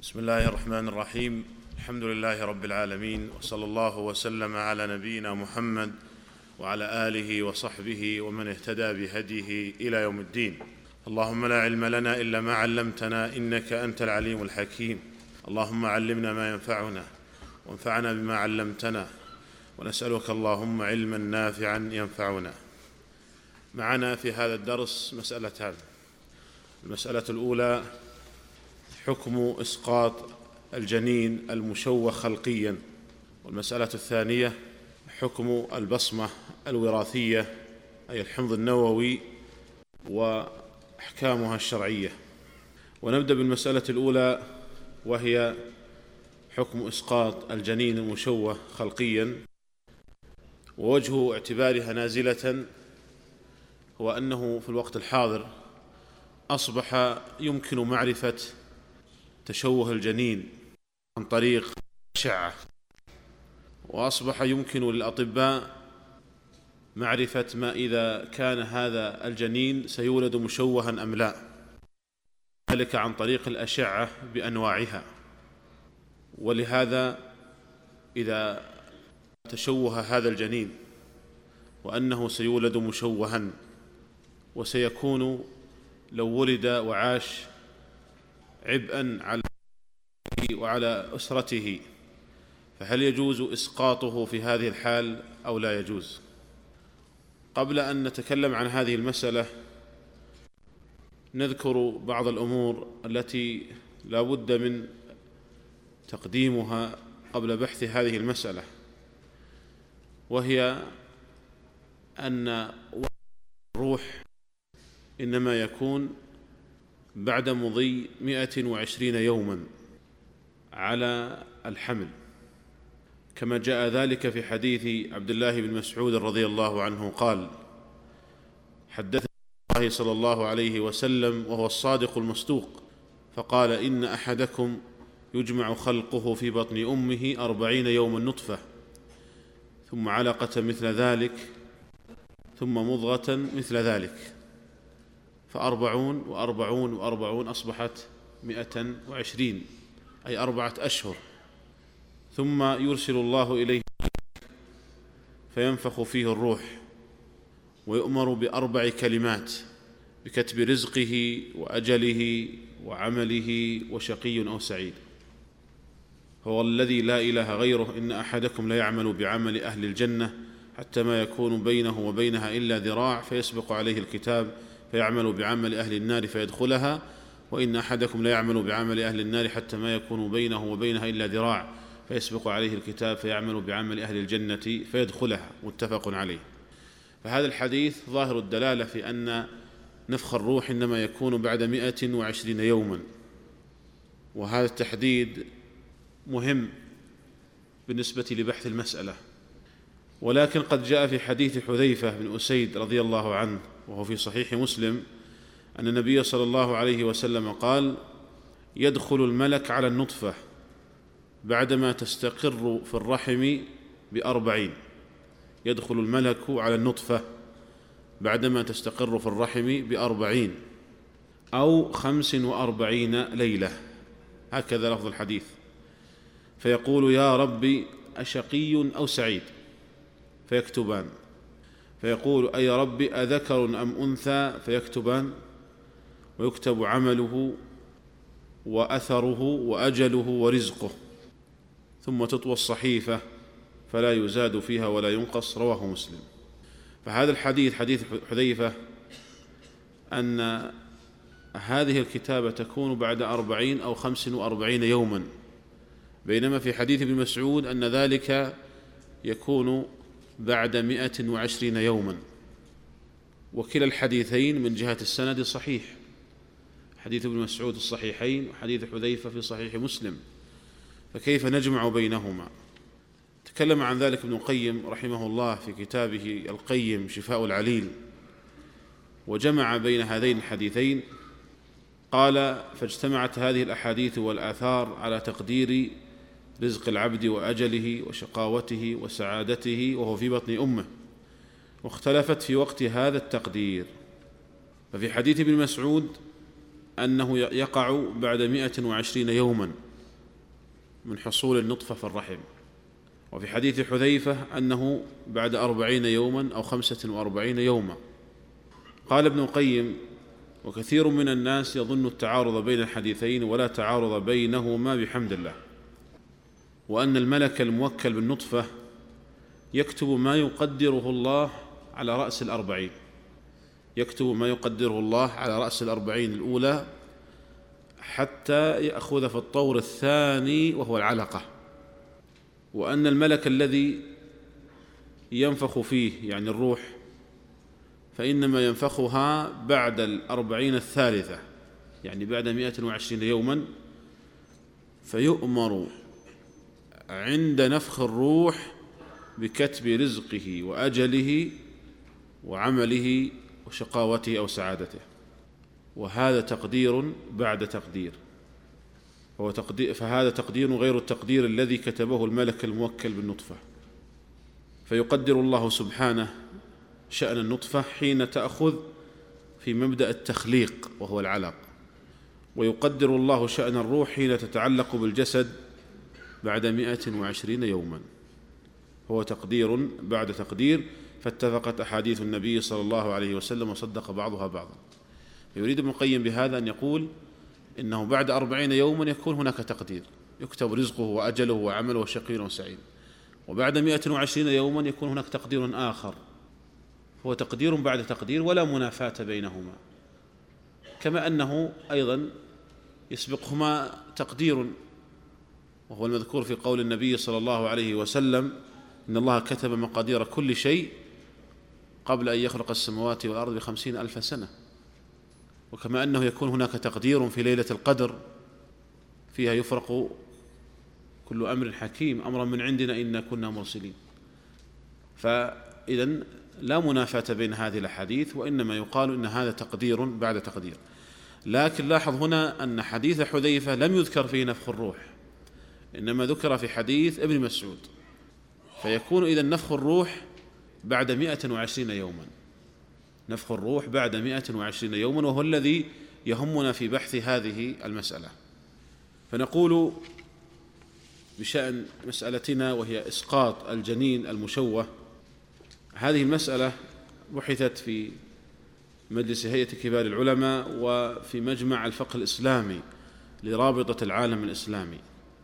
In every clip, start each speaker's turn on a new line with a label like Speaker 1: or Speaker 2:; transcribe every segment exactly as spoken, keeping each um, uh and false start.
Speaker 1: بسم الله الرحمن الرحيم. الحمد لله رب العالمين، وصلى الله وسلم على نبينا محمد وعلى آله وصحبه ومن اهتدى بهديه إلى يوم الدين. اللهم لا علم لنا إلا ما علمتنا، إنك أنت العليم الحكيم. اللهم علمنا ما ينفعنا وانفعنا بما علمتنا، ونسألك اللهم علما نافعا ينفعنا. معنا في هذا الدرس مسألتان. المسألة الأولى حكم إسقاط الجنين المشوه خلقيا، والمسألة الثانية حكم البصمة الوراثية أي الحمض النووي وأحكامها الشرعية. ونبدأ بالمسألة الأولى، وهي حكم إسقاط الجنين المشوه خلقيا. ووجه اعتبارها نازلة هو أنه في الوقت الحاضر أصبح يمكن معرفة تشوه الجنين عن طريق الأشعة، وأصبح يمكن للأطباء معرفة ما إذا كان هذا الجنين سيولد مشوها أم لا، ذلك عن طريق الأشعة بأنواعها. ولهذا إذا تشوه هذا الجنين وأنه سيولد مشوها وسيكون لو ولد وعاش عبئا على وعلى أسرته، فهل يجوز إسقاطه في هذه الحال أو لا يجوز؟ قبل أن نتكلم عن هذه المسألة نذكر بعض الأمور التي لا بد من تقديمها قبل بحث هذه المسألة، وهي أن الروح إنما يكون بعد مضي مئة وعشرين يوما على الحمل، كما جاء ذلك في حديث عبد الله بن مسعود رضي الله عنه قال: حدثنا الله صلى الله عليه وسلم وهو الصادق المصدوق، فقال: إن أحدكم يجمع خلقه في بطن أمه أربعين يوما نطفة، ثم علقة مثل ذلك، ثم مضغة مثل ذلك، فأربعون وأربعون وأربعون أصبحت مئة وعشرين، أي أربعة أشهر. ثم يرسل الله إليه فينفخ فيه الروح، ويؤمر بأربع كلمات: بكتب رزقه وأجله وعمله وشقي أو سعيد. هو الذي لا إله غيره: إن أحدكم لا يعمل بعمل أهل الجنة حتى ما يكون بينه وبينها إلا ذراع فيسبق عليه الكتاب فيعمل بعمل أهل النار فيدخلها، وإن أحدكم لا يعمل بعمل أهل النار حتى ما يكون بينه وبينها إلا ذراع فيسبق عليه الكتاب فيعمل بعمل أهل الجنة فيدخلها. متفق عليه. فهذا الحديث ظاهر الدلالة في أن نفخ الروح إنما يكون بعد مئة وعشرين يوما، وهذا التحديد مهم بالنسبة لبحث المسألة. ولكن قد جاء في حديث حذيفة بن أسيد رضي الله عنه وهو في صحيح مسلم أن النبي صلى الله عليه وسلم قال: يدخل الملك على النطفة بعدما تستقر في الرحم بأربعين. يدخل الملك على النطفة بعدما تستقر في الرحم بأربعين أو خمس وأربعين ليلة، هكذا لفظ الحديث، فيقول: يا ربي أشقي أو سعيد؟ فيكتبان. فيقول: أي رب أذكر أم أنثى؟ فيكتبان، ويكتب عمله وأثره وأجله ورزقه، ثم تطوى الصحيفة فلا يزاد فيها ولا ينقص. رواه مسلم. فهذا الحديث حديث حذيفة أن هذه الكتابة تكون بعد أربعين أو خمس وأربعين يوما، بينما في حديث ابن مسعود أن ذلك يكون بعد مئة وعشرين يوما. وكلا الحديثين من جهة السند صحيح، حديث ابن مسعود الصحيحين وحديث حذيفة في صحيح مسلم، فكيف نجمع بينهما؟ تكلم عن ذلك ابن القيم رحمه الله في كتابه القيم شفاء العليل، وجمع بين هذين الحديثين. قال: فاجتمعت هذه الأحاديث والآثار على تقدير رزق العبد وأجله وشقاوته وسعادته وهو في بطن أمه، واختلفت في وقت هذا التقدير. ففي حديث ابن مسعود أنه يقع بعد مئة وعشرين يوما، من حصول النطفة في الرحم. وفي حديث حذيفة أنه بعد أربعين يوما أو خمسة وأربعين يوما. قال ابن القيم: وكثير من الناس يظن التعارض بين الحديثين ولا تعارض بينهما بحمد الله، وأن الملك الموكل بالنطفة يكتب ما يقدره الله على رأس الأربعين، يكتب ما يقدره الله على رأس الأربعين الأولى حتى يأخذ في الطور الثاني وهو العلقة، وأن الملك الذي ينفخ فيه يعني الروح فإنما ينفخها بعد الأربعين الثالثة، يعني بعد مئة وعشرين يوما، فيؤمر عند نفخ الروح بكتب رزقه وأجله وعمله وشقاوته أو سعادته. وهذا تقدير بعد تقدير، هو تقدير فهذا تقدير غير التقدير الذي كتبه الملك الموكل بالنطفة. فيقدر الله سبحانه شأن النطفة حين تأخذ في مبدأ التخليق وهو العلق، ويقدر الله شأن الروح حين تتعلق بالجسد بعد مئة وعشرين يوما، هو تقدير بعد تقدير. فاتفقت أحاديث النبي صلى الله عليه وسلم وصدق بعضها بعضا. يريد ابن القيم بهذا أن يقول إنه بعد أربعين يوما يكون هناك تقدير، يكتب رزقه وأجله وعمله وشقي وسعيد. وبعد مئة وعشرين يوما يكون هناك تقدير آخر، هو تقدير بعد تقدير ولا منافاة بينهما، كما أنه أيضا يسبقهما تقدير، وهو المذكور في قول النبي صلى الله عليه وسلم: إن الله كتب مقادير كل شيء قبل أن يخلق السماوات والأرض بخمسين ألف سنة. وكما أنه يكون هناك تقدير في ليلة القدر فيها يفرق كل أمر حكيم أمرا من عندنا إنا كنا مرسلين. فإذن لا منافاة بين هذه الأحاديث، وإنما يقال إن هذا تقدير بعد تقدير. لكن لاحظ هنا أن حديث حذيفة لم يذكر فيه نفخ الروح، إنما ذكر في حديث ابن مسعود، فيكون إذن نفخ الروح بعد مئة وعشرين يوما، نفخ الروح بعد مئة وعشرين يوما، وهو الذي يهمنا في بحث هذه المسألة. فنقول بشأن مسألتنا وهي إسقاط الجنين المشوه، هذه المسألة بحثت في مجلس هيئة كبار العلماء وفي مجمع الفقه الإسلامي لرابطة العالم الإسلامي،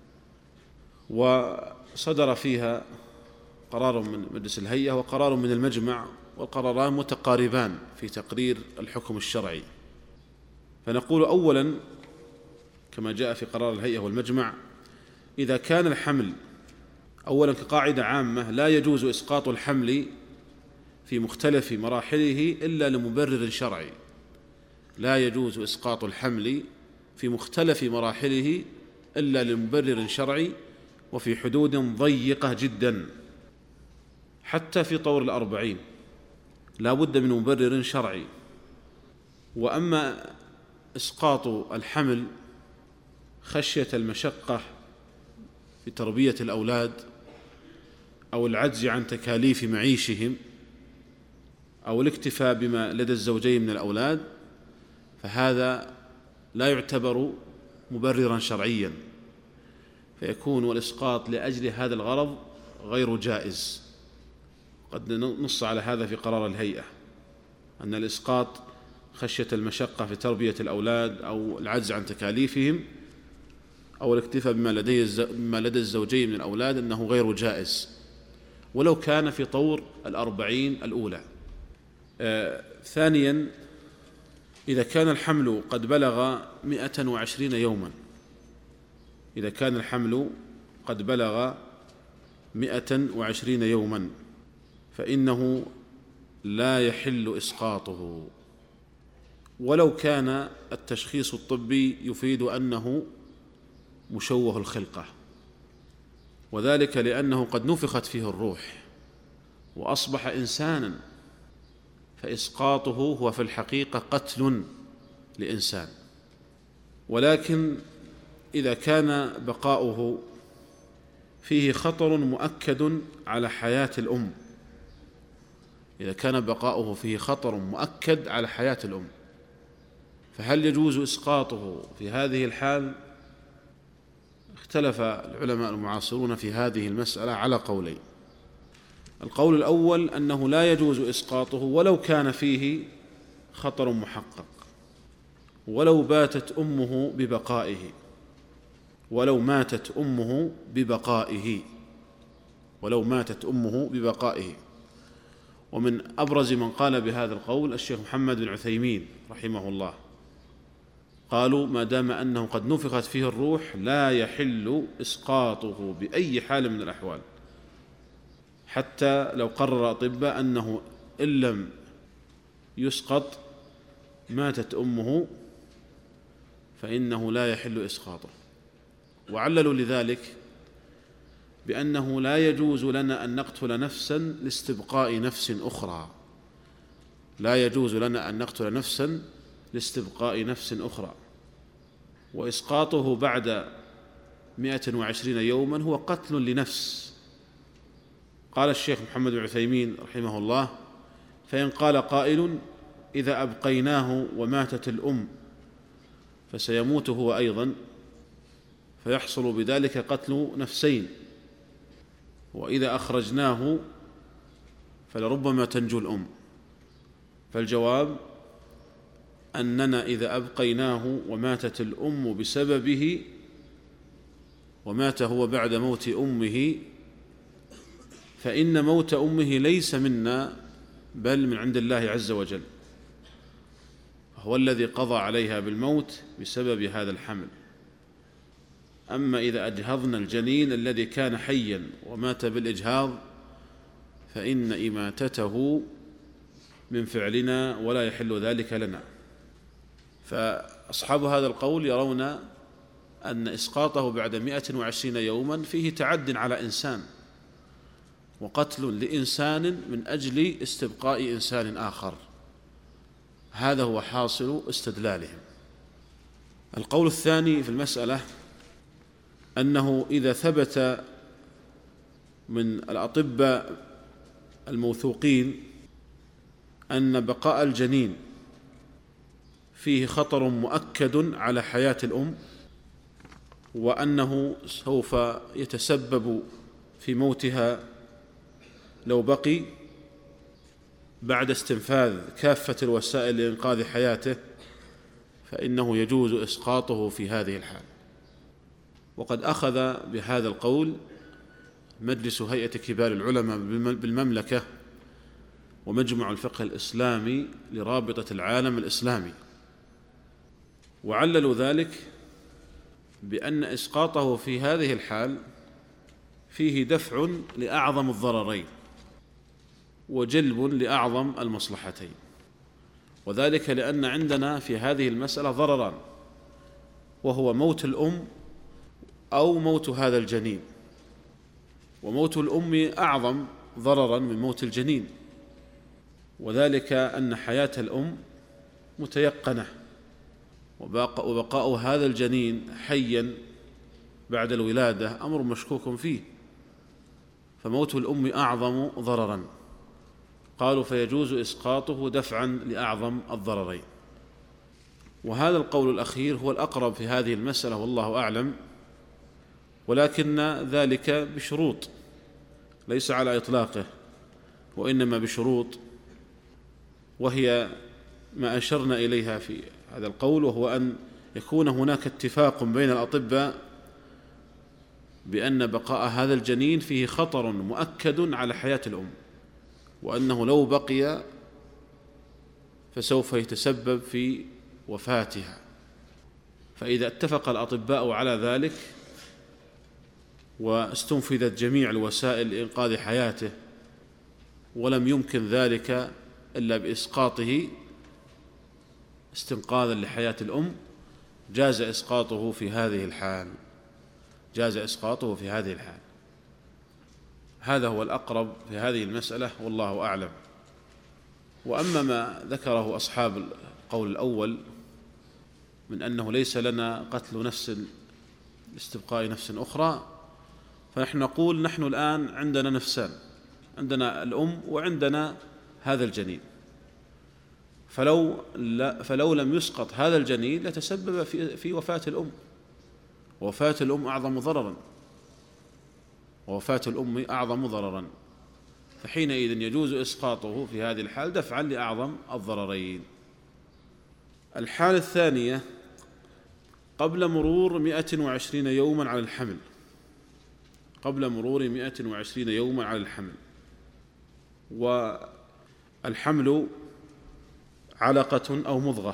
Speaker 1: وصدر فيها قرار من مجلس الهيئة وقرار من المجمع، والقراران متقاربان في تقرير الحكم الشرعي. فنقول أولا كما جاء في قرار الهيئة والمجمع: إذا كان الحمل، أولا كقاعدة عامة، لا يجوز إسقاط الحمل في مختلف مراحله إلا لمبرر شرعي، لا يجوز إسقاط الحمل في مختلف مراحله إلا لمبرر شرعي وفي حدود ضيقة جدا. حتى في طور الأربعين لا بد من مبرر شرعي. وأما إسقاط الحمل خشية المشقة في تربية الأولاد أو العجز عن تكاليف معيشهم أو الاكتفاء بما لدى الزوجين من الأولاد، فهذا لا يعتبر مبررا شرعيا، فيكون الإسقاط لأجل هذا الغرض غير جائز. قد نص على هذا في قرار الهيئة أن الإسقاط خشية المشقة في تربية الأولاد أو العجز عن تكاليفهم أو الاكتفاء بما لدي بما لدى الزوجين من الأولاد أنه غير جائز، ولو كان في طور الأربعين الأولى. آه ثانيا، إذا كان الحمل قد بلغ مئة وعشرين يوما، إذا كان الحمل قد بلغ مئة وعشرين يوما فإنه لا يحل إسقاطه، ولو كان التشخيص الطبي يفيد أنه مشوه الخلقة، وذلك لأنه قد نفخت فيه الروح وأصبح إنسانا، فإسقاطه هو في الحقيقة قتل لإنسان. ولكن إذا كان بقاؤه فيه خطر مؤكد على حياة الأم، إذا كان بقاؤه فيه خطر مؤكد على حياة الأم، فهل يجوز إسقاطه في هذه الحال؟ اختلف العلماء المعاصرون في هذه المسألة على قولين. القول الأول أنه لا يجوز إسقاطه ولو كان فيه خطر محقق، ولو باتت أمه ببقائه ولو ماتت أمه ببقائه ولو ماتت أمه ببقائه ومن أبرز من قال بهذا القول الشيخ محمد بن عثيمين رحمه الله. قالوا ما دام أنه قد نفخت فيه الروح لا يحل إسقاطه بأي حال من الأحوال، حتى لو قرر أطباء أنه إن لم يسقط ماتت أمه فإنه لا يحل إسقاطه. وعللوا لذلك بأنه لا يجوز لنا أن نقتل نفسا لاستبقاء نفس أخرى لا يجوز لنا أن نقتل نفسا لاستبقاء نفس أخرى وإسقاطه بعد مئة وعشرين يوما هو قتل لنفس. قال الشيخ محمد بن عثيمين رحمه الله: فإن قال قائل إذا أبقيناه وماتت الأم فسيموت هو أيضا، فيحصل بذلك قتل نفسين، وإذا أخرجناه فلربما تنجو الأم. فالجواب أننا إذا أبقيناه وماتت الأم بسببه ومات هو بعد موت أمه فإن موت أمه ليس منا بل من عند الله عز وجل، هو الذي قضى عليها بالموت بسبب هذا الحمل. أما إذا أجهضنا الجنين الذي كان حيا ومات بالإجهاض فإن إماتته من فعلنا ولا يحل ذلك لنا. فأصحاب هذا القول يرون أن إسقاطه بعد مئة وعشرين يوما فيه تعد على إنسان وقتل لإنسان من أجل استبقاء إنسان آخر، هذا هو حاصل استدلالهم. القول الثاني في المسألة أنه إذا ثبت من الأطباء الموثوقين أن بقاء الجنين فيه خطر مؤكد على حياة الأم وأنه سوف يتسبب في موتها لو بقي بعد استنفاذ كافة الوسائل لإنقاذ حياته، فإنه يجوز إسقاطه في هذه الحال. وقد أخذ بهذا القول مجلس هيئة كبار العلماء بالمملكة ومجمع الفقه الإسلامي لرابطة العالم الإسلامي، وعللوا ذلك بأن إسقاطه في هذه الحال فيه دفع لأعظم الضررين وجلب لأعظم المصلحتين، وذلك لأن عندنا في هذه المسألة ضرران، وهو موت الأم أو موت هذا الجنين. وموت الأم أعظم ضررا من موت الجنين، وذلك أن حياة الأم متيقنة، وبقاء هذا الجنين حيا بعد الولادة أمر مشكوك فيه، فموت الأم أعظم ضررا. قالوا فيجوز إسقاطه دفعا لأعظم الضررين. وهذا القول الأخير هو الأقرب في هذه المسألة والله أعلم، ولكن ذلك بشروط، ليس على إطلاقه وإنما بشروط، وهي ما أشرنا إليها في هذا القول، وهو أن يكون هناك اتفاق بين الأطباء بأن بقاء هذا الجنين فيه خطر مؤكد على حياة الأم، وأنه لو بقي فسوف يتسبب في وفاتها. فإذا اتفق الأطباء على ذلك واستنفذت جميع الوسائل لإنقاذ حياته ولم يمكن ذلك إلا بإسقاطه استنقاذا لحياة الأم، جاز إسقاطه في هذه الحال جاز إسقاطه في هذه الحال هذا هو الأقرب في هذه المسألة والله أعلم. وأما ما ذكره أصحاب القول الأول من أنه ليس لنا قتل نفس لاستبقاء نفس أخرى، فنحن نقول نحن الآن عندنا نفسان، عندنا الأم وعندنا هذا الجنين، فلو, لا فلو لم يسقط هذا الجنين لتسبب في, في وفاة الأم، ووفاة الأم أعظم ضررا ووفاة الأم أعظم ضررا فحينئذ يجوز إسقاطه في هذه الحال دفعا لأعظم الضررين. الحالة الثانية قبل مرور مئة وعشرين يوما على الحمل قبل مرور مئة وعشرين يوما على الحمل والحمل علقة أو مضغة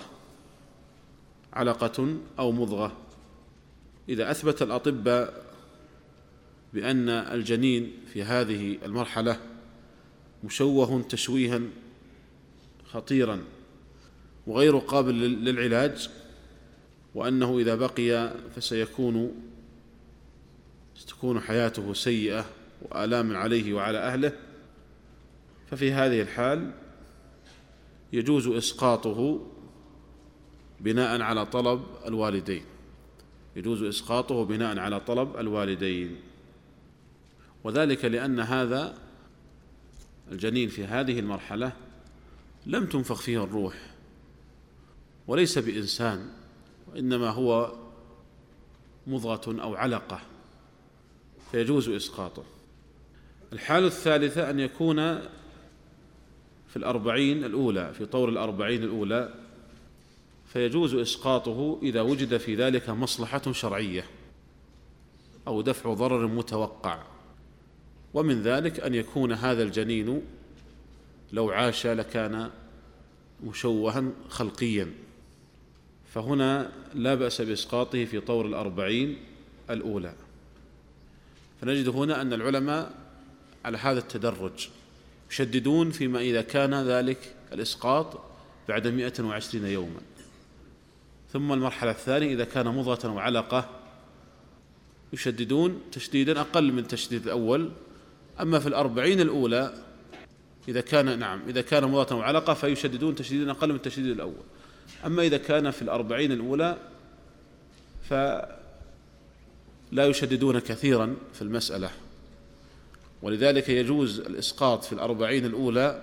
Speaker 1: علقة أو مضغة إذا أثبت الأطباء بأن الجنين في هذه المرحلة مشوه تشويها خطيرا وغير قابل للعلاج، وأنه إذا بقي فسيكون ستكون حياته سيئة وآلام عليه وعلى أهله، ففي هذه الحال يجوز إسقاطه بناء على طلب الوالدين يجوز إسقاطه بناء على طلب الوالدين وذلك لأن هذا الجنين في هذه المرحلة لم تنفخ فيه الروح وليس بإنسان، وإنما هو مضغة أو علقة، فيجوز إسقاطه. الحالة الثالثة أن يكون في الأربعين الأولى في طور الأربعين الأولى، فيجوز إسقاطه إذا وجد في ذلك مصلحة شرعية أو دفع ضرر متوقع، ومن ذلك أن يكون هذا الجنين لو عاش لكان مشوها خلقيا، فهنا لا بأس بإسقاطه في طور الأربعين الأولى. فنجد هنا أن العلماء على هذا التدرج يشددون فيما إذا كان ذلك الإسقاط بعد مئة وعشرين يوما، ثم المرحلة الثانية إذا كان مضغة أو علقة يشددون تشديدا أقل من تشديد الأول. أما في الأربعين الأولى إذا كان نعم إذا كان مضغة أو علقة فيشددون تشديدا أقل من تشديد الأول. أما إذا كان في الأربعين الأولى فلا يشددون كثيرا في المسألة، ولذلك يجوز الإسقاط في الأربعين الأولى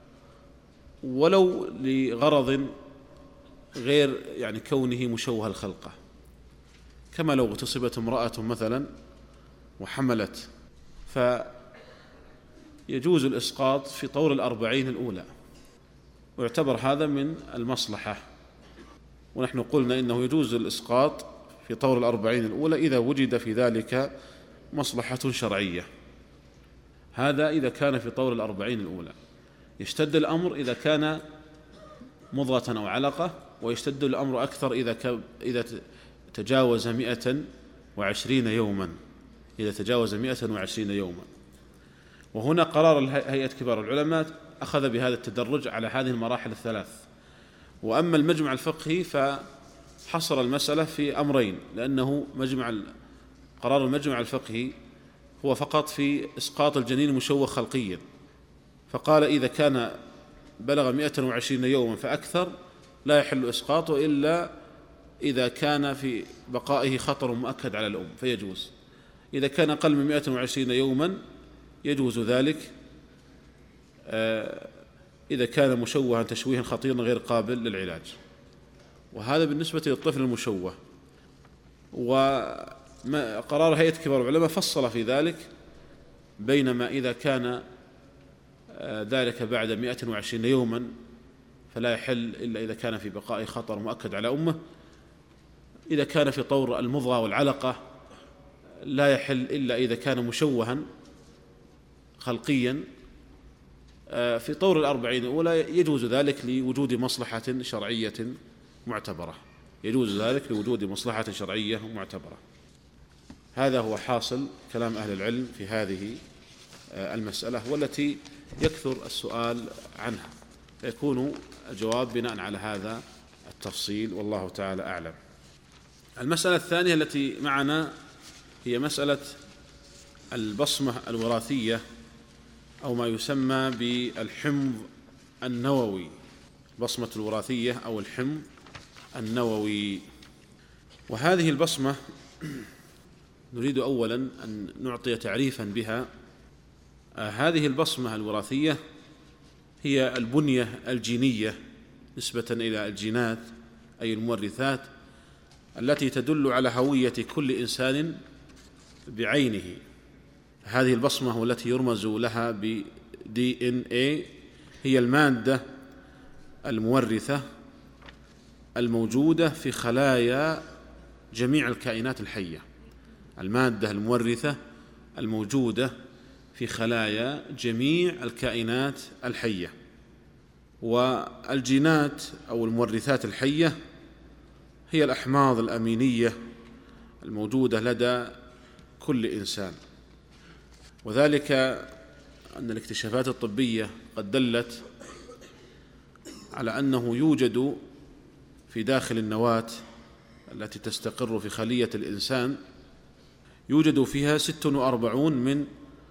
Speaker 1: ولو لغرض غير يعني كونه مشوه الخلقة، كما لو اغتصبت امرأة مثلا وحملت، فيجوز الإسقاط في طور الأربعين الأولى ويعتبر هذا من المصلحة. ونحن قلنا إنه يجوز الإسقاط في طور الأربعين الأولى إذا وجد في ذلك مصلحة شرعية. هذا إذا كان في طور الأربعين الأولى. يشتد الأمر إذا كان مضغة أو علقة، ويشتد الأمر أكثر إذا إذا تجاوز مئة وعشرين يوما إذا تجاوز مئة وعشرين يوما. وهنا قرار هيئة كبار العلماء أخذ بهذا التدرج على هذه المراحل الثلاث. وأما المجمع الفقهي فحصر المسألة في أمرين، لأنه مجمع قرار المجمع الفقهي هو فقط في إسقاط الجنين المشوه خلقيا، فقال إذا كان بلغ مئة وعشرين يوما فأكثر لا يحل إسقاطه إلا إذا كان في بقائه خطر مؤكد على الأم فيجوز. إذا كان أقل من مئة وعشرين يوما يجوز ذلك إذا كان مشوها تشويها خطيرا غير قابل للعلاج. وهذا بالنسبة للطفل المشوه. وقرار هيئة كبار العلماء فصل في ذلك، بينما إذا كان ذلك بعد مئة وعشرين يوما فلا يحل إلا إذا كان في بقاء خطر مؤكد على أمه. إذا كان في طور المضغة والعلقة لا يحل إلا إذا كان مشوها خلقيا. في طور الأربعين الأولى يجوز ذلك لوجود مصلحة شرعية معتبرة يجوز ذلك لوجود مصلحة شرعية معتبرة. هذا هو حاصل كلام أهل العلم في هذه المسألة، والتي يكثر السؤال عنها، فيكون الجواب بناء على هذا التفصيل، والله تعالى أعلم. المسألة الثانية التي معنا هي مسألة البصمة الوراثية، أو ما يسمى بالحمض النووي، البصمة الوراثية أو الحمض النووي. وهذه البصمة نريد أولا أن نعطي تعريفا بها. هذه البصمة الوراثية هي البنية الجينية نسبة إلى الجينات أي المورثات التي تدل على هوية كل إنسان بعينه. هذه البصمة التي يرمز لها ب دي إن إيه هي المادة المورثة الموجودة في خلايا جميع الكائنات الحية، المادة المورثة الموجودة في خلايا جميع الكائنات الحية. والجينات أو المورثات الحية هي الأحماض الأمينية الموجودة لدى كل إنسان، وذلك أن الاكتشافات الطبية قد دلت على أنه يوجد في داخل النواة التي تستقر في خلية الإنسان يوجد فيها ست وأربعون من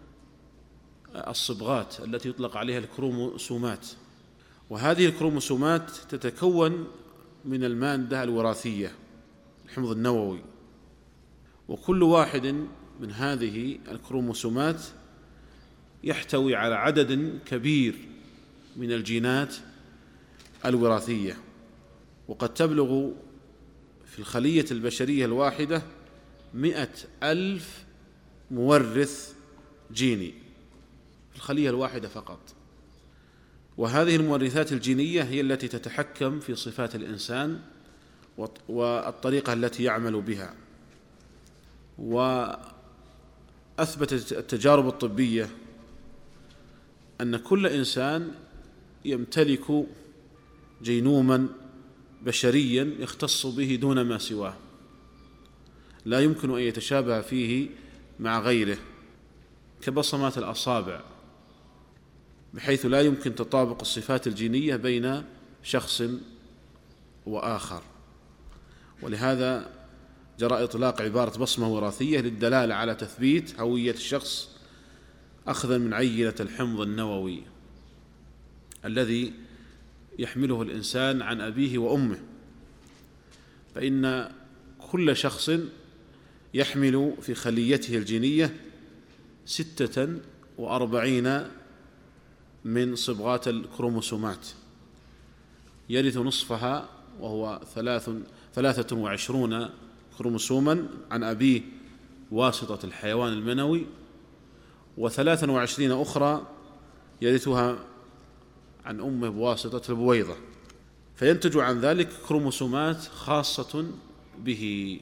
Speaker 1: الصبغات التي يطلق عليها الكروموسومات، وهذه الكروموسومات تتكون من المادة الوراثية الحمض النووي، وكل واحد من هذه الكروموسومات يحتوي على عدد كبير من الجينات الوراثية، وقد تبلغ في الخلية البشرية الواحدة مئة ألف مورث جيني في الخلية الواحدة فقط. وهذه المورثات الجينية هي التي تتحكم في صفات الإنسان والطريقة التي يعمل بها. وأثبتت التجارب الطبية أن كل إنسان يمتلك جينوما بشريا يختص به دون ما سواه، لا يمكن أن يتشابه فيه مع غيره، كبصمات الأصابع، بحيث لا يمكن تطابق الصفات الجينية بين شخص وآخر. ولهذا جرى إطلاق عبارة بصمة وراثية للدلالة على تثبيت هوية الشخص أخذا من عينة الحمض النووي الذي يحمله الإنسان عن أبيه وأمه، فإن كل شخص يحمل في خليته الجينية ستة وأربعين من صبغات الكروموسومات، يرث نصفها وهو ثلاث ثلاثة وعشرون كروموسوما عن أبيه واسطة الحيوان المنوي، وثلاثا وعشرين أخرى يرثها عن أمه بواسطة البويضة، فينتج عن ذلك كروموسومات خاصة به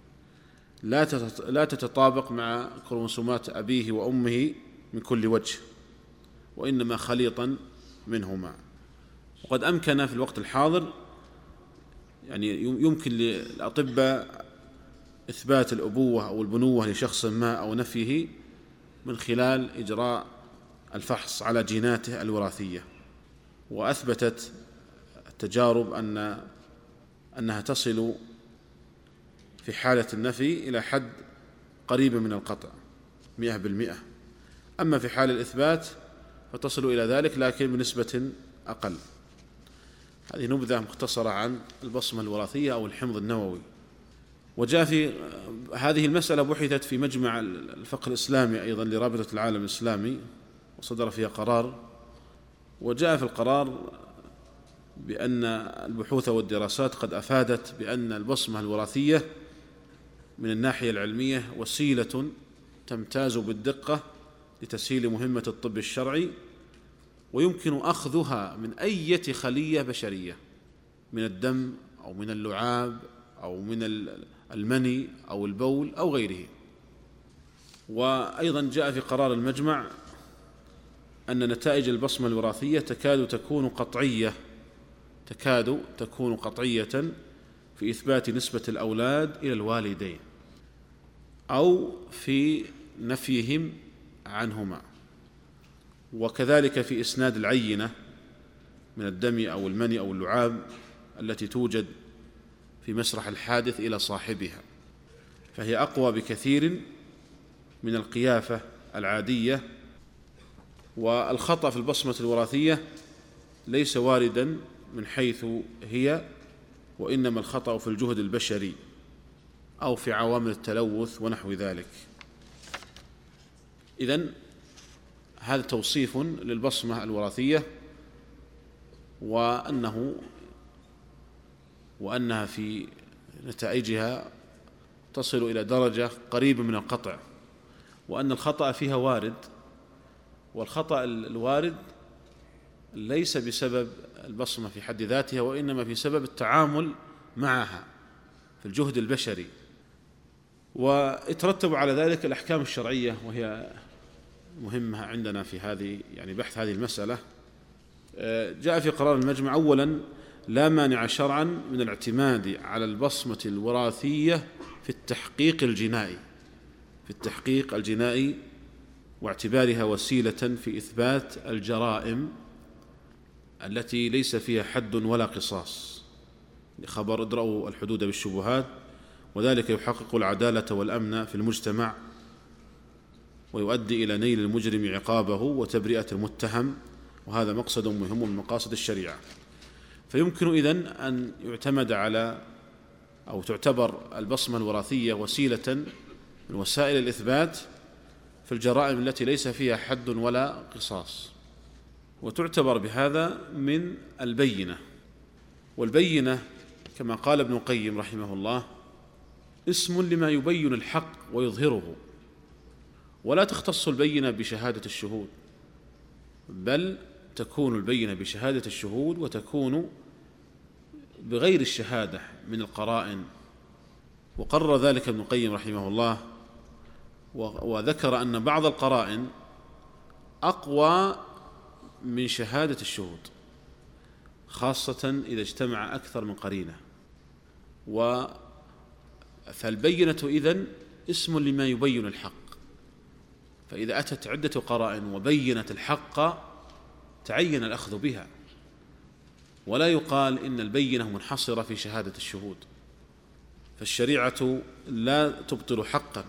Speaker 1: لا تتطابق مع كروموسومات أبيه وأمه من كل وجه، وإنما خليطا منهما. وقد أمكن في الوقت الحاضر يعني يمكن للأطباء إثبات الأبوة أو البنوة لشخص ما أو نفيه من خلال إجراء الفحص على جيناته الوراثية، وأثبتت التجارب أن أنها تصل في حالة النفي إلى حد قريب من القطع مئة بالمئة، أما في حال الإثبات فتصل إلى ذلك لكن بنسبة أقل. هذه نبذة مختصرة عن البصمة الوراثية أو الحمض النووي. وجاء في هذه المسألة بحثت في مجمع الفقه الإسلامي أيضا لرابطة العالم الإسلامي، وصدر فيها قرار، وجاء في القرار بأن البحوث والدراسات قد أفادت بأن البصمة الوراثية من الناحية العلمية وسيلة تمتاز بالدقة لتسهيل مهمة الطب الشرعي، ويمكن أخذها من أي خلية بشرية من الدم أو من اللعاب أو من المني أو البول أو غيره. وأيضا جاء في قرار المجمع أن نتائج البصمة الوراثية تكاد تكون قطعية تكاد تكون قطعية في إثبات نسبة الأولاد إلى الوالدين أو في نفيهم عنهما، وكذلك في إسناد العينة من الدم أو المني أو اللعاب التي توجد في مسرح الحادث إلى صاحبها، فهي أقوى بكثير من القيافة العادية. والخطأ في البصمة الوراثية ليس واردا من حيث هي، وإنما الخطأ في الجهد البشري أو في عوامل التلوث ونحو ذلك. إذن هذا توصيف للبصمة الوراثية، وأنه وأنها في نتائجها تصل إلى درجة قريبة من القطع، وأن الخطأ فيها وارد، والخطأ الوارد ليس بسبب البصمة في حد ذاتها، وإنما في سبب التعامل معها في الجهد البشري. ويترتب على ذلك الأحكام الشرعية، وهي مهمة عندنا في هذه يعني بحث هذه المسألة. جاء في قرار المجمع: أولا، لا مانع شرعا من الاعتماد على البصمة الوراثية في التحقيق الجنائي في التحقيق الجنائي واعتبارها وسيلة في إثبات الجرائم التي ليس فيها حد ولا قصاص، خبر ادرأوا الحدود بالشبهات، وذلك يحقق العدالة والأمن في المجتمع، ويؤدي إلى نيل المجرم عقابه وتبرئة المتهم، وهذا مقصد مهم من مقاصد الشريعة. فيمكن إذن أن يعتمد على أو تعتبر البصمة الوراثية وسيلة من وسائل الإثبات في الجرائم التي ليس فيها حد ولا قصاص، وتعتبر بهذا من البينة. والبينة كما قال ابن القيم رحمه الله اسم لما يبين الحق ويظهره، ولا تختص البينة بشهادة الشهود، بل تكون البينة بشهادة الشهود وتكون بغير الشهادة من القرائن. وقرر ذلك ابن القيم رحمه الله، وذكر أن بعض القرائن أقوى من شهادة الشهود، خاصة إذا اجتمع أكثر من قرينة. فالبينة إذن اسم لما يبين الحق، فإذا أتت عدة قرائن وبينت الحق تعين الأخذ بها، ولا يقال إن البينة منحصرة في شهادة الشهود. فالشريعة لا تبطل حقا،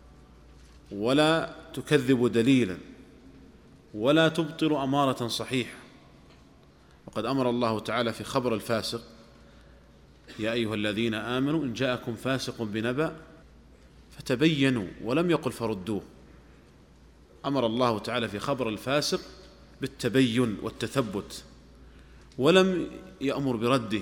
Speaker 1: ولا تكذب دليلا، ولا تبطل أمارة صحيحة. وقد أمر الله تعالى في خبر الفاسق: يا أيها الذين آمنوا إن جاءكم فاسق بنبأ فتبينوا، ولم يقل فردوه. أمر الله تعالى في خبر الفاسق بالتبين والتثبت، ولم يأمر برده،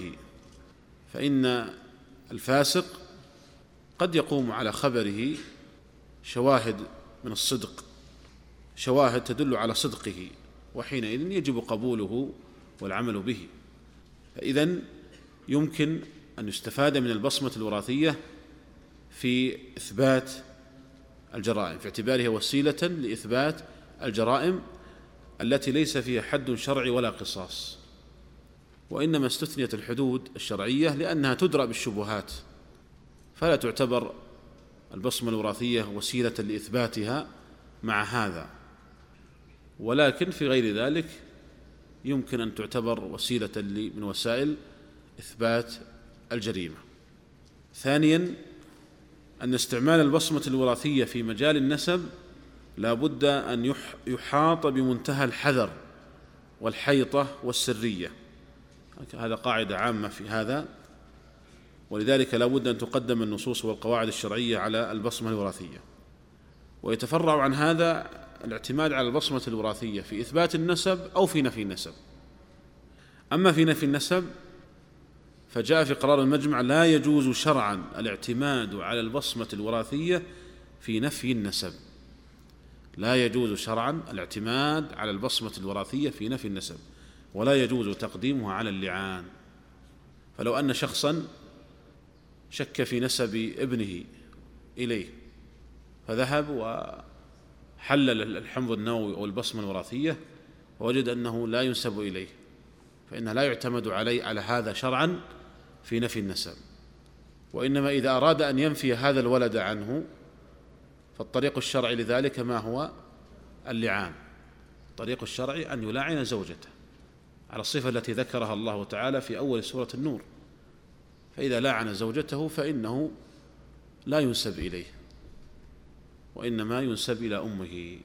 Speaker 1: فإن الفاسق قد يقوم على خبره شواهد من الصدق، شواهد تدل على صدقه، وحينئذ يجب قبوله والعمل به. فإذن يمكن أن يستفاد من البصمة الوراثية في إثبات الجرائم، في اعتبارها وسيلة لإثبات الجرائم التي ليس فيها حد شرعي ولا قصاص. وإنما استثنيت الحدود الشرعية لأنها تدرأ بالشبهات، فلا تعتبر البصمة الوراثية وسيلة لإثباتها مع هذا، ولكن في غير ذلك يمكن أن تعتبر وسيلة من وسائل إثبات الجريمة. ثانيا، أن استعمال البصمة الوراثية في مجال النسب لا بد أن يحاط بمنتهى الحذر والحيطة والسرية، هذا قاعدة عامة في هذا، ولذلك لا بد أن تقدم النصوص والقواعد الشرعية على البصمة الوراثية. ويتفرع عن هذا الاعتماد على البصمة الوراثية في إثبات النسب أو في نفي النسب. أما في نفي النسب فجاء في قرار المجمع: لا يجوز شرعا الاعتماد على البصمة الوراثية في نفي النسب. لا يجوز شرعا الاعتماد على البصمة الوراثية في نفي النسب، ولا يجوز تقديمها على اللعان. فلو أن شخصا شك في نسب ابنه إليه فذهب وحلل الحمض النووي أو البصمة الوراثية ووجد أنه لا ينسب إليه، فإنه لا يعتمد عليه على هذا شرعا في نفي النسب. وإنما إذا أراد أن ينفي هذا الولد عنه فالطريق الشرعي لذلك ما هو؟ اللعان. الطريق الشرعي أن يلاعن زوجته على الصفة التي ذكرها الله تعالى في أول سورة النور، فإذا لاعن زوجته فإنه لا ينسب إليه، وإنما ينسب إلى أمه.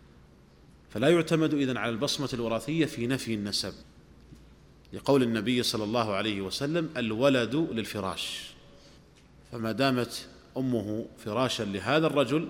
Speaker 1: فلا يعتمد إذن على البصمة الوراثية في نفي النسب، لقول النبي صلى الله عليه وسلم: الولد للفراش. فما دامت أمه فراشا لهذا الرجل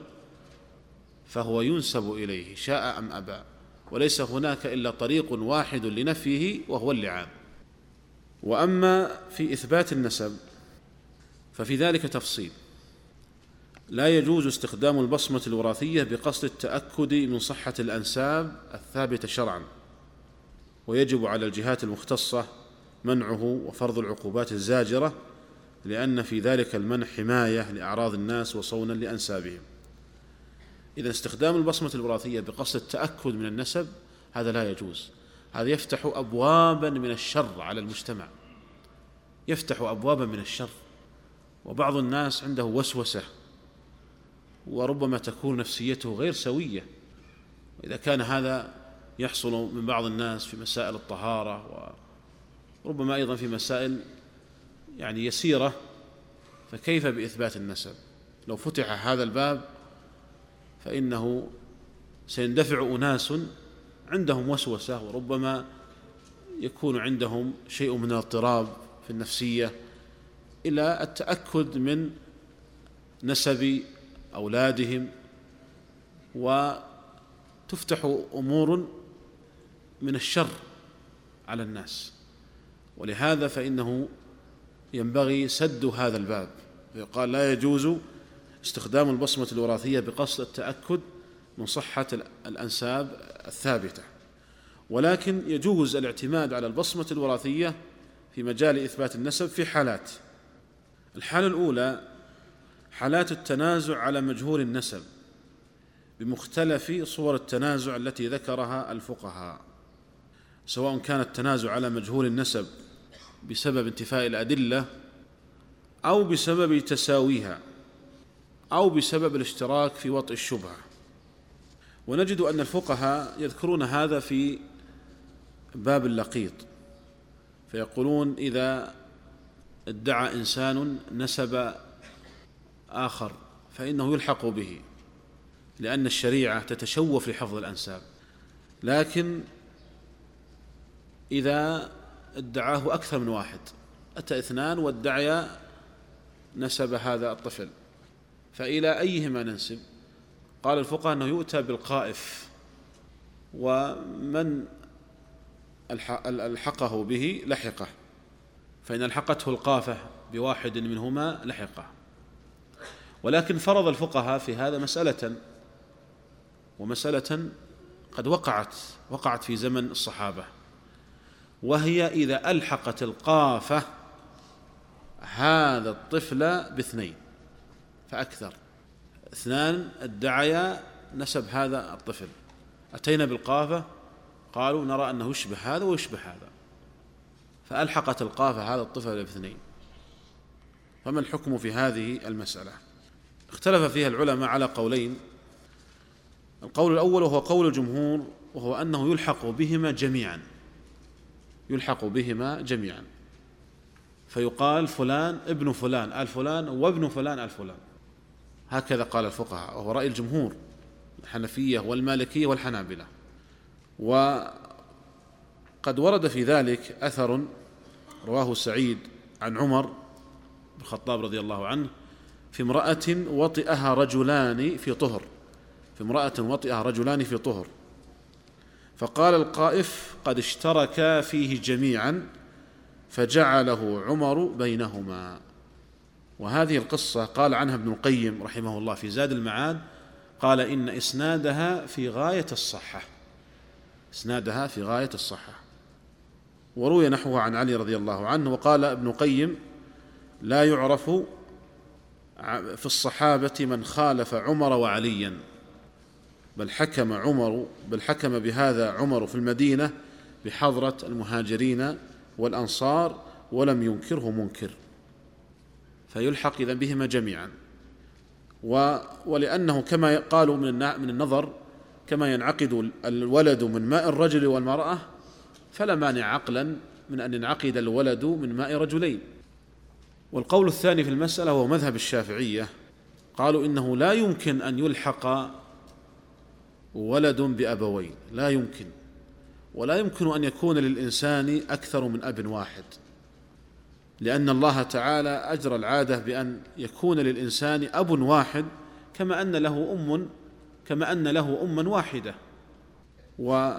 Speaker 1: فهو ينسب إليه شاء أم أبى، وليس هناك إلا طريق واحد لنفيه وهو اللعان. وأما في إثبات النسب ففي ذلك تفصيل. لا يجوز استخدام البصمة الوراثية بقصد التأكد من صحة الأنساب الثابتة شرعا، ويجب على الجهات المختصة منعه وفرض العقوبات الزاجرة، لأن في ذلك المنع حماية لأعراض الناس وصونا لأنسابهم. إذا استخدام البصمة الوراثية بقصد التأكد من النسب هذا لا يجوز، هذا يفتح أبوابا من الشر على المجتمع، يفتح أبوابا من الشر. وبعض الناس عنده وسوسة وربما تكون نفسيته غير سوية، وإذا كان هذا يحصل من بعض الناس في مسائل الطهارة وربما أيضا في مسائل يعني يسيرة، فكيف بإثبات النسب؟ لو فتح هذا الباب فإنه سيندفع أناس عندهم وسوسة، وربما يكون عندهم شيء من الاضطراب في النفسية إلى التأكد من نسب أولادهم، وتفتح أمور من الشر على الناس. ولهذا فإنه ينبغي سد هذا الباب، فيقال لا يجوز استخدام البصمة الوراثية بقصد التأكد من صحة الأنساب الثابتة، ولكن يجوز الاعتماد على البصمة الوراثية في مجال إثبات النسب في حالات. الحالة الأولى حالات التنازع على مجهول النسب بمختلف صور التنازع التي ذكرها الفقهاء، سواء كان التنازع على مجهول النسب بسبب انتفاء الأدلة أو بسبب تساويها أو بسبب الاشتراك في وطئ الشبهة. ونجد أن الفقهاء يذكرون هذا في باب اللقيط، فيقولون إذا ادعى إنسان نسب آخر فإنه يلحق به، لأن الشريعة تتشوف لحفظ الأنساب، لكن إذا ادعاه أكثر من واحد، أتى اثنان وادعيا نسب هذا الطفل، فإلى أيهما ننسب؟ قال الفقهاء أنه يؤتى بالقائف، ومن ألحقه به لحقه، فإن ألحقته القافة بواحد منهما لحقه. ولكن فرض الفقهاء في هذا مسألة، ومسألة قد وقعت وقعت في زمن الصحابة، وهي إذا ألحقت القافة هذا الطفل باثنين فأكثر، اثنان ادعيا نسب هذا الطفل، أتينا بالقافة قالوا نرى أنه يشبه هذا ويشبه هذا، فألحقت القافة هذا الطفل باثنين، فما الحكم في هذه المسألة؟ اختلف فيها العلماء على قولين. القول الأول وهو قول الجمهور، وهو أنه يلحق بهما جميعا، يلحق بهما جميعا، فيقال فلان ابن فلان آل فلان وابن فلان آل فلان، هكذا قال الفقهاء، وهو رأي الجمهور الحنفية والمالكية والحنابلة. وقد ورد في ذلك أثر رواه سعيد عن عمر بن الخطاب رضي الله عنه في امرأة وطئها رجلان في طهر، في امرأة وطئها رجلان في طهر، فقال القائف قد اشتركا فيه جميعا فجعله عمر بينهما. وهذه القصة قال عنها ابن القيم رحمه الله في زاد المعاد، قال إن إسنادها في غاية الصحة، إسنادها في غاية الصحة. وروي نحوه عن علي رضي الله عنه. وقال ابن القيم لا يعرف في الصحابة من خالف عمر وعليا، بل حكم عمر بل حكم بهذا عمر في المدينة بحضرة المهاجرين والأنصار ولم ينكره منكر، فيلحق إذن بهما جميعا. ولأنه كما قالوا من النظر كما ينعقد الولد من ماء الرجل والمرأة، فلا مانع عقلا من أن ينعقد الولد من ماء رجلين. والقول الثاني في المسألة هو مذهب الشافعية، قالوا إنه لا يمكن أن يلحق ولد بأبوين، لا يمكن، ولا يمكن أن يكون للإنسان أكثر من أب واحد، لأن الله تعالى أجرى العادة بأن يكون للإنسان أب واحد كما أن له أم كما أن له أما واحدة. و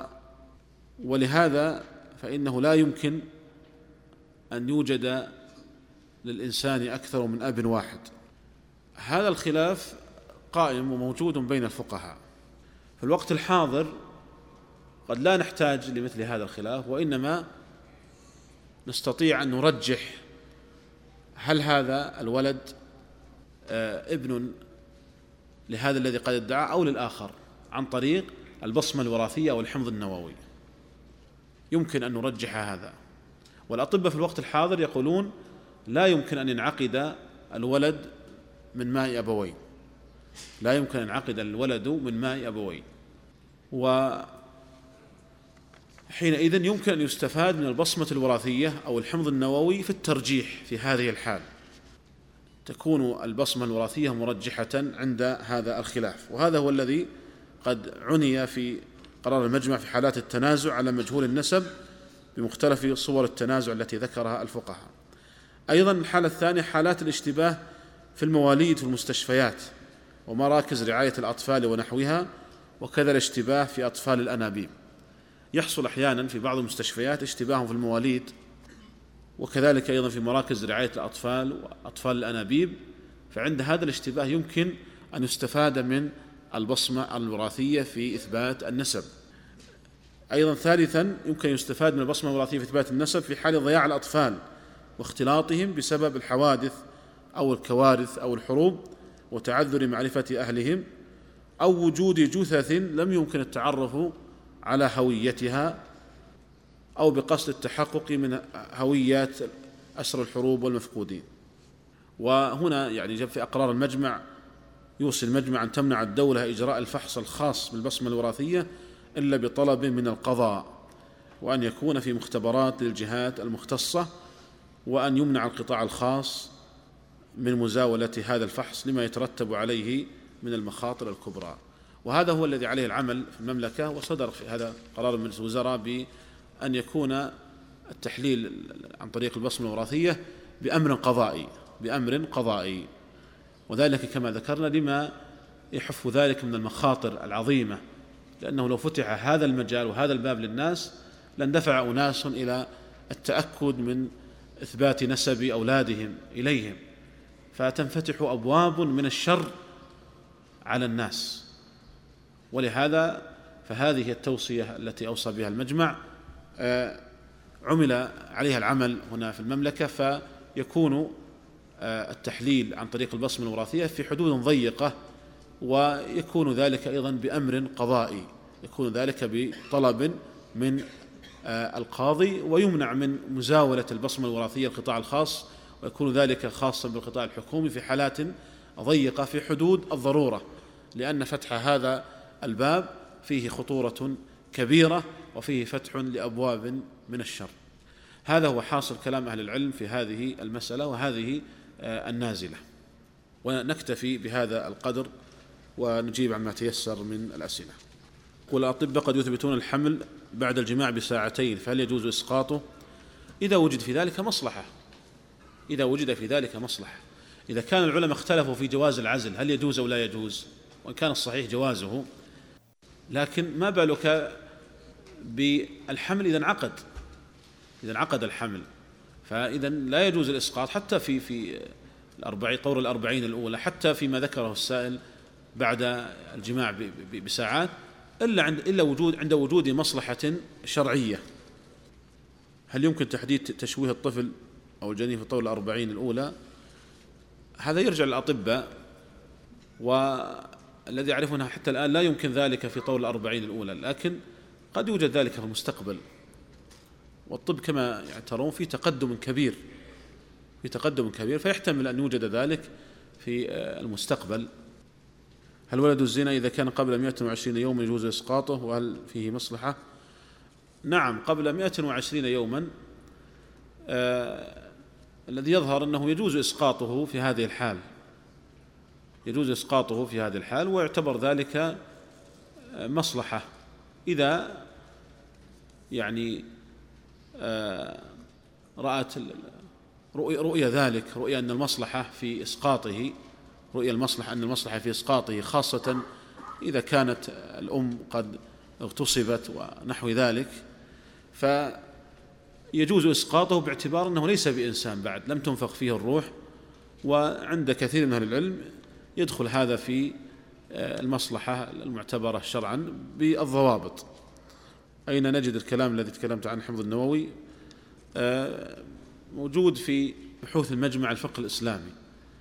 Speaker 1: ولهذا فإنه لا يمكن أن يوجد للإنسان أكثر من أب واحد. هذا الخلاف قائم وموجود بين الفقهاء. في الوقت الحاضر قد لا نحتاج لمثل هذا الخلاف، وإنما نستطيع أن نرجح هل هذا الولد ابن لهذا الذي قد ادعى أو للآخر عن طريق البصمة الوراثية أو الحمض النووي. يمكن أن نرجح هذا. والأطباء في الوقت الحاضر يقولون لا يمكن أن ينعقد الولد من ماء أبوين، لا يمكن أن ينعقد الولد من ماء أبوين، وحينئذ يمكن أن يستفاد من البصمة الوراثية أو الحمض النووي في الترجيح. في هذه الحال تكون البصمة الوراثية مرجحة عند هذا الخلاف، وهذا هو الذي قد عني في قرار المجمع في حالات التنازع على مجهول النسب بمختلف صور التنازع التي ذكرها الفقهاء. أيضا الحالة الثانية حالات الاشتباه في المواليد في المستشفيات ومراكز رعاية الأطفال ونحوها، وكذا الاشتباه في أطفال الأنابيب. يحصل أحيانا في بعض المستشفيات اشتباه في المواليد، وكذلك أيضا في مراكز رعاية الأطفال وأطفال الأنابيب، فعند هذا الاشتباه يمكن أن يستفاد من البصمة الوراثية في إثبات النسب. أيضا ثالثا يمكن يستفاد من البصمة الوراثية في إثبات النسب في حال ضياع الأطفال واختلاطهم بسبب الحوادث أو الكوارث أو الحروب وتعذر معرفة أهلهم، أو وجود جثث لم يمكن التعرف على هويتها، أو بقصد التحقق من هويات أسر الحروب والمفقودين. وهنا يعني جاء في أقرار المجمع يوصي المجمع أن تمنع الدولة إجراء الفحص الخاص بالبصمة الوراثية إلا بطلب من القضاء، وأن يكون في مختبرات للجهات المختصة، وأن يمنع القطاع الخاص من مزاولة هذا الفحص لما يترتب عليه من المخاطر الكبرى. وهذا هو الذي عليه العمل في المملكة، وصدر في هذا قرار مجلس الوزراء بأن يكون التحليل عن طريق البصمة الوراثية بأمر قضائي بأمر قضائي وذلك كما ذكرنا لما يحف ذلك من المخاطر العظيمة، لأنه لو فتح هذا المجال وهذا الباب للناس لاندفع أناس إلى التأكد من إثبات نسب أولادهم إليهم، فتنفتح أبواب من الشر على الناس. ولهذا فهذه التوصية التي أوصى بها المجمع عمل عليها العمل هنا في المملكة، فيكون التحليل عن طريق البصمة الوراثية في حدود ضيقة، ويكون ذلك أيضا بأمر قضائي، يكون ذلك بطلب من القاضي، ويمنع من مزاولة البصمة الوراثية القطاع الخاص، ويكون ذلك خاصا بالقطاع الحكومي في حالات ضيقة في حدود الضرورة، لأن فتح هذا الباب فيه خطورة كبيرة وفيه فتح لأبواب من الشر. هذا هو حاصل كلام أهل العلم في هذه المسألة وهذه النازلة. ونكتفي بهذا القدر ونجيب عما تيسر من الأسئلة. والأطباء قد يثبتون الحمل بعد الجماع بساعتين، فهل يجوز إسقاطه؟ إذا وجد في ذلك مصلحة إذا وجد في ذلك مصلحة إذا كان العلماء اختلفوا في جواز العزل هل يجوز أو لا يجوز، وإن كان الصحيح جوازه، لكن ما بالك بالحمل إذا انعقد إذا انعقد الحمل، فإذا لا يجوز الإسقاط حتى في في الأربعين طور الأربعين الأولى، حتى فيما ذكره السائل بعد الجماع بساعات، إلا عند إلا وجود عند وجود مصلحة شرعية. هل يمكن تحديد تشويه الطفل أو الجنين في طور الأربعين الأولى؟ هذا يرجع للأطباء، والذي يعرفونها حتى الآن لا يمكن ذلك في طور الأربعين الأولى، لكن قد يوجد ذلك في المستقبل. والطب كما ترون في تقدم كبير في تقدم كبير فيحتمل أن يوجد ذلك في المستقبل. هل ولد الزنا إذا كان قبل مئة وعشرين يوما يجوز إسقاطه، وهل فيه مصلحة؟ نعم، قبل مئة وعشرين يوما آه الذي يظهر أنه يجوز إسقاطه في هذه الحال يجوز إسقاطه في هذه الحال ويعتبر ذلك مصلحة إذا يعني آه رأت رؤية, رؤية ذلك رؤية أن المصلحة في إسقاطه رؤية المصلحة أن المصلحة في إسقاطه، خاصة إذا كانت الأم قد اغتصبت ونحو ذلك. يجوز إسقاطه باعتبار أنه ليس بإنسان بعد، لم تنفخ فيه الروح. وعند كثير من أهل العلم يدخل هذا في المصلحة المعتبرة شرعا بالضوابط. أين نجد الكلام الذي تكلمت عنه حمد النووي؟ موجود في بحوث المجمع الفقه الإسلامي.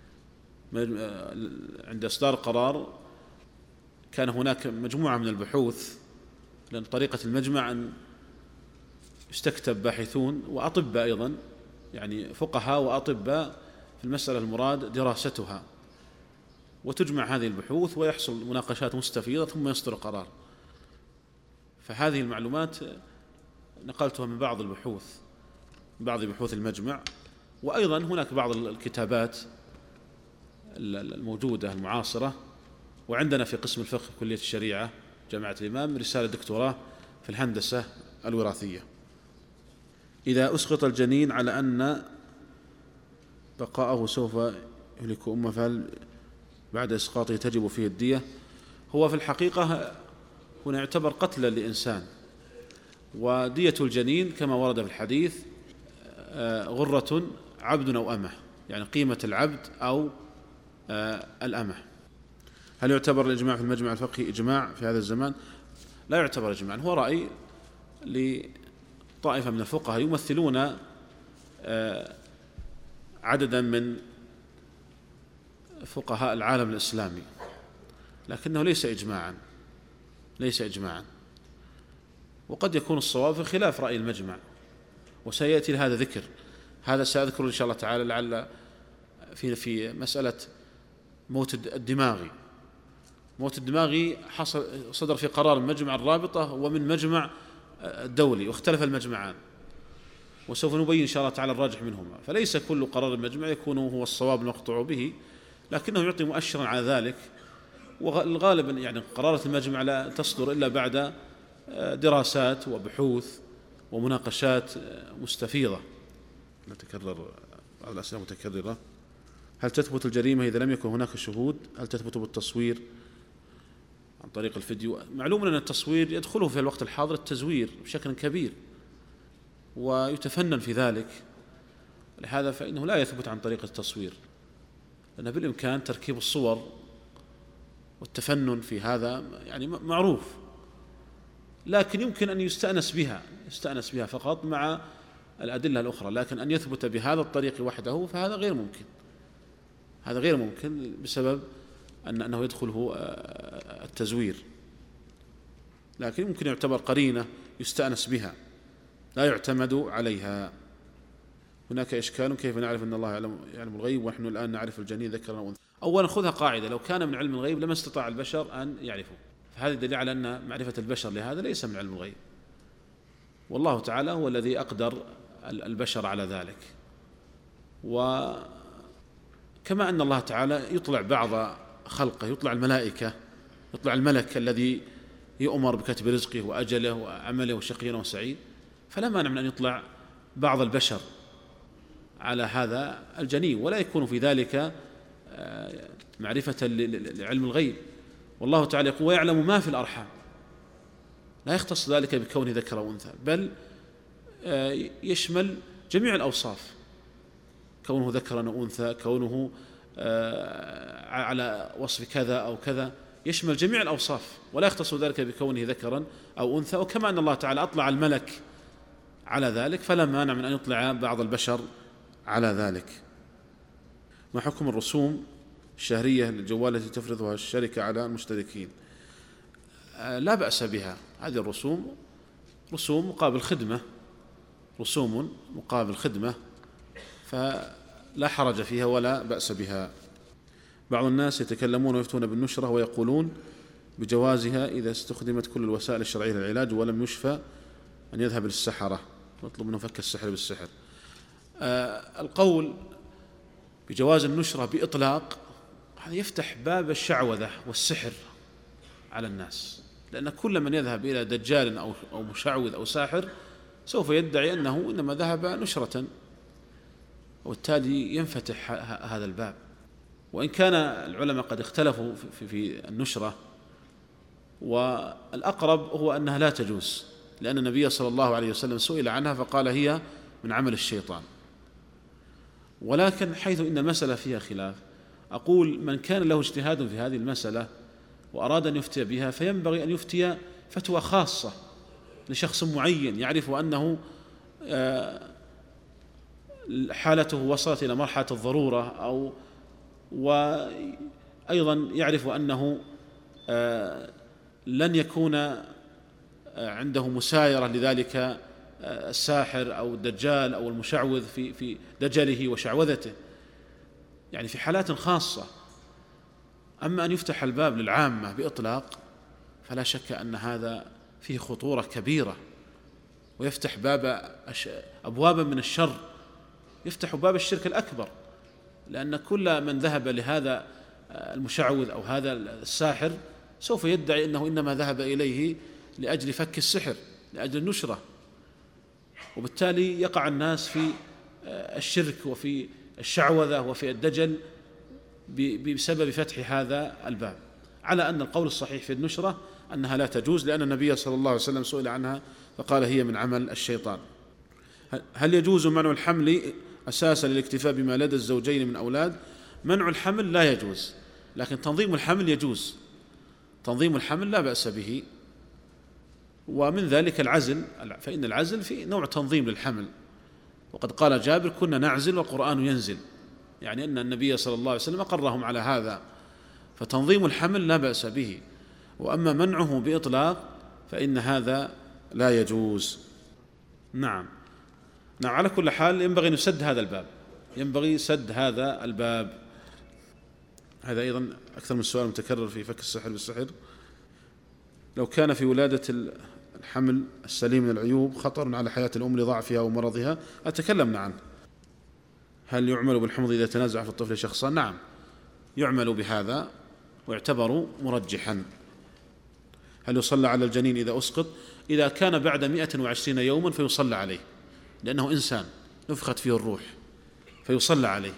Speaker 1: عند إصدار قرار كان هناك مجموعة من البحوث، لأن طريقة المجمع أن يستكتب باحثون وأطباء أيضا، يعني فقهاء وأطباء في المسألة المراد دراستها، وتجمع هذه البحوث ويحصل مناقشات مستفيضة ثم يصدر قرار. فهذه المعلومات نقلتها من بعض البحوث، من بعض بحوث المجمع، وأيضا هناك بعض الكتابات الموجودة المعاصرة. وعندنا في قسم الفقه كلية الشريعة جامعة الإمام رسالة دكتوراه في الهندسة الوراثية. إذا أسقط الجنين على أن بقاءه سوف يهلك أمه، فهل بعد إسقاطه تجب فيه الدية؟ هو في الحقيقة هنا يعتبر قتلا لإنسان، ودية الجنين كما ورد في الحديث غرة عبد أو أمة، يعني قيمة العبد أو الأمة. هل يعتبر الإجماع في المجمع الفقهي إجماع في هذا الزمان؟ لا يعتبر إجماعا، هو رأي لطائفة من الفقهاء يمثلون عددا من فقهاء العالم الإسلامي، لكنه ليس إجماعا، ليس إجماعا، وقد يكون الصواب في خلاف رأي المجمع، وسيأتي لهذا ذكر. هذا سأذكر إن شاء الله تعالى لعل في في مسألة موت الدماغي. موت الدماغي حصل صدر في قرار المجمع الرابطة ومن مجمع الدولي، واختلف المجمعان، وسوف نبين إن شاء الله تعالى الراجح منهما. فليس كل قرار المجمع يكون هو الصواب المقطوع به، لكنه يعطي مؤشرا على ذلك. والغالب يعني قرارات المجمع لا تصدر إلا بعد دراسات وبحوث ومناقشات مستفيضة. نتكرر بعض الأسئلة متكررة: هل تثبت الجريمة إذا لم يكن هناك شهود؟ هل تثبت بالتصوير عن طريق الفيديو؟ معلوم أن التصوير يدخله في الوقت الحاضر التزوير بشكل كبير ويتفنن في ذلك، لهذا فإنه لا يثبت عن طريق التصوير، لأن بالإمكان تركيب الصور والتفنن في هذا يعني معروف، لكن يمكن أن يستأنس بها يستأنس بها فقط مع الأدلة الأخرى، لكن أن يثبت بهذا الطريق وحده فهذا غير ممكن. هذا غير ممكن بسبب أن أنه يدخله التزوير، لكن يمكن يعتبر قرينة يستأنس بها لا يعتمد عليها. هناك إشكال: كيف نعرف أن الله يعلم, يعلم الغيب ونحن الآن نعرف الجنين ذكرا وأنثى؟ أولا خذها قاعدة: لو كان من علم الغيب لما استطاع البشر أن يعرفوا، فهذا دليل على أن معرفة البشر لهذا ليس من علم الغيب، والله تعالى هو الذي أقدر البشر على ذلك. وكما أن الله تعالى يطلع بعض خلقه، يطلع الملائكة، يطلع الملك الذي يؤمر بكتب رزقه وأجله وعمله وشقي وسعيد، فلا مانع من أن يطلع بعض البشر على هذا الجنين، ولا يكون في ذلك معرفة لعلم الغيب. والله تعالى يقول: ويعلم ما في الأرحام، لا يختص ذلك بكونه ذكر وأنثى، بل يشمل جميع الأوصاف، كونه ذكرا وأنثى، كونه على وصف كذا أو كذا، يشمل جميع الأوصاف ولا يختص ذلك بكونه ذكرا أو أنثى. وكما أن الله تعالى أطلع الملك على ذلك فلا مانع من أن يطلع بعض البشر على ذلك. ما حكم الرسوم الشهرية للجوال التي تفرضها الشركة على المشتركين؟ لا بأس بها، هذه الرسوم رسوم مقابل خدمة، رسوم مقابل خدمة، فلا حرج فيها ولا بأس بها. بعض الناس يتكلمون ويفتون بالنشرة ويقولون بجوازها إذا استخدمت كل الوسائل الشرعية للعلاج ولم يشفى أن يذهب للسحرة ويطلب منه فك السحر بالسحر. آه القول بجواز النشرة بإطلاق هذا يفتح باب الشعوذة والسحر على الناس، لأن كل من يذهب إلى دجال أو أو مشعوذ أو ساحر سوف يدعي أنه إنما ذهب نشرة، وبالتالي ينفتح هذا الباب. وإن كان العلماء قد اختلفوا في في النشرة، والأقرب هو أنها لا تجوز لأن النبي صلى الله عليه وسلم سئل عنها فقال هي من عمل الشيطان. ولكن حيث إن المسألة فيها خلاف، أقول من كان له اجتهاد في هذه المسألة وأراد أن يفتي بها فينبغي أن يفتي فتوى خاصة لشخص معين يعرف أنه حالته وصلت إلى مرحلة الضرورة، أو وأيضا يعرف أنه لن يكون عنده مسايرة لذلك الساحر أو الدجال أو المشعوذ في في دجله وشعوذته، يعني في حالات خاصة. أما أن يفتح الباب للعامة بإطلاق فلا شك أن هذا فيه خطورة كبيرة، ويفتح باب أبوابا من الشر، يفتح باب الشرك الأكبر، لأن كل من ذهب لهذا المشعوذ أو هذا الساحر سوف يدعي أنه إنما ذهب إليه لأجل فك السحر، لأجل النشرة، وبالتالي يقع الناس في الشرك وفي الشعوذة وفي الدجل بسبب فتح هذا الباب، على أن القول الصحيح في النشرة أنها لا تجوز، لأن النبي صلى الله عليه وسلم سئل عنها فقال هي من عمل الشيطان. هل يجوز منع الحمل أساسا للاكتفاء بما لدى الزوجين من أولاد؟ منع الحمل لا يجوز، لكن تنظيم الحمل يجوز. تنظيم الحمل لا بأس به، ومن ذلك العزل، فإن العزل في نوع تنظيم للحمل، وقد قال جابر كنا نعزل والقرآن ينزل، يعني أن النبي صلى الله عليه وسلم أقرهم على هذا، فتنظيم الحمل لا بأس به. وأما منعه بإطلاق فإن هذا لا يجوز. نعم نعم على كل حال ينبغي أن يسد هذا الباب، ينبغي سد هذا الباب. هذا أيضا أكثر من سؤال متكرر في فك السحر بالسحر. لو كان في ولادة الحمل السليم من العيوب خطر على حياة الأم لضعفها ومرضها، أتكلمنا عنه. هل يعمل بالحمض إذا تنازع في الطفل شخصان؟ نعم يعمل بهذا ويعتبر مرجحا. هل يصلى على الجنين إذا أسقط؟ إذا كان بعد مئة وعشرين يوما فيصلى عليه، لأنه إنسان نفخت فيه الروح، فيصلى عليه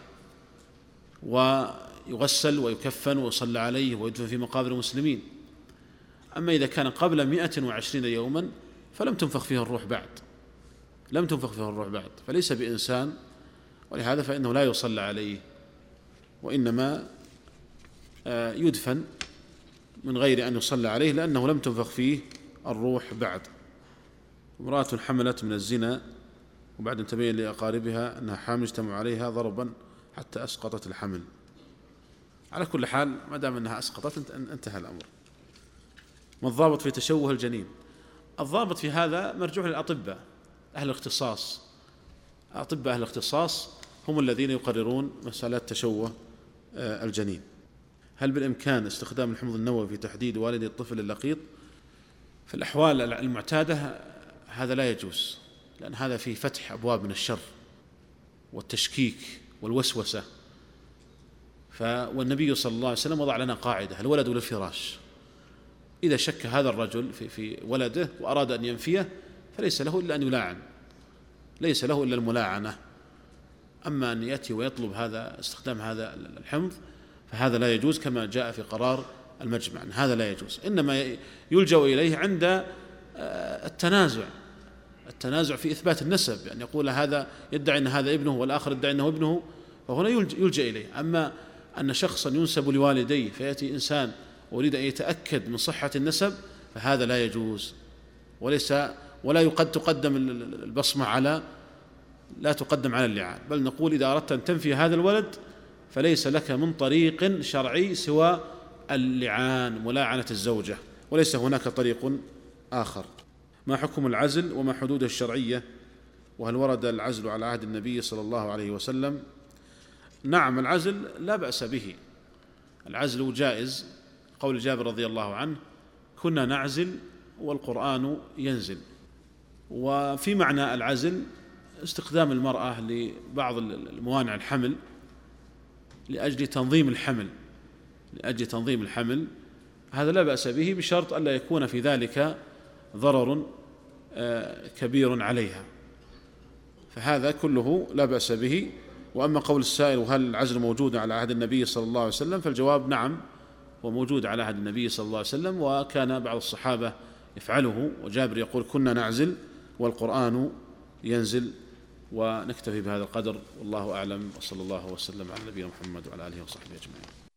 Speaker 1: ويغسل ويكفن ويصلى عليه ويدفن في مقابر المسلمين. أما إذا كان قبل مئة وعشرين يوما فلم تنفخ فيه الروح بعد، لم تنفخ فيه الروح بعد، فليس بإنسان، ولهذا فإنه لا يصلى عليه، وإنما يدفن من غير أن يصلى عليه، لأنه لم تنفخ فيه الروح بعد. امرأة حملت من الزنا وبعد تبين لأقاربها أنها حامل اجتمعوا عليها ضربا حتى أسقطت الحمل. على كل حال ما دام أنها أسقطت انتهى الأمر. ما الضابط في تشوه الجنين؟ الضابط في هذا مرجوع للأطباء أهل الاختصاص. أطباء أهل الاختصاص هم الذين يقررون مسألة تشوه الجنين. هل بالإمكان استخدام الحمض النووي في تحديد والد الطفل اللقيط؟ في الأحوال المعتادة هذا لا يجوز، لأن هذا فيه فتح أبواب من الشر والتشكيك والوسوسة. والنبي صلى الله عليه وسلم وضع لنا قاعدة: الولد للفراش. إذا شك هذا الرجل في, في ولده وأراد أن ينفيه فليس له إلا أن يلاعن، ليس له إلا الملاعنة. أما أن يأتي ويطلب هذا استخدام هذا الحمض فهذا لا يجوز، كما جاء في قرار المجمع هذا لا يجوز. إنما يلجأ إليه عند التنازع التنازع في إثبات النسب، يعني يقول هذا يدعي أن هذا ابنه والآخر يدعي أنه ابنه، فهنا يلجأ إليه. أما أن شخصا ينسب لوالديه فيأتي إنسان ويريد أن يتأكد من صحة النسب فهذا لا يجوز، وليس ولا يقد تقدم البصمة على لا تقدم على اللعان، بل نقول إذا أردت أن تنفي هذا الولد فليس لك من طريق شرعي سوى اللعان، ملاعنة الزوجة، وليس هناك طريق آخر. ما حكم العزل وما حدوده الشرعية؟ وهل ورد العزل على عهد النبي صلى الله عليه وسلم؟ نعم العزل لا بأس به، العزل جائز. قول جابر رضي الله عنه: كنا نعزل والقرآن ينزل. وفي معنى العزل استخدام المرأة لبعض الموانع الحمل لأجل تنظيم الحمل لأجل تنظيم الحمل هذا لا بأس به، بشرط ألا يكون في ذلك ضرر كبير عليها، فهذا كله لا بأس به. وأما قول السائل: وهل العزل موجود على عهد النبي صلى الله عليه وسلم؟ فالجواب: نعم، وموجود على عهد النبي صلى الله عليه وسلم، وكان بعض الصحابة يفعله. وجابر يقول كنا نعزل والقرآن ينزل. ونكتفي بهذا القدر، والله أعلم، وصلى الله وسلم على نبينا محمد وعلى آله وصحبه أجمعين.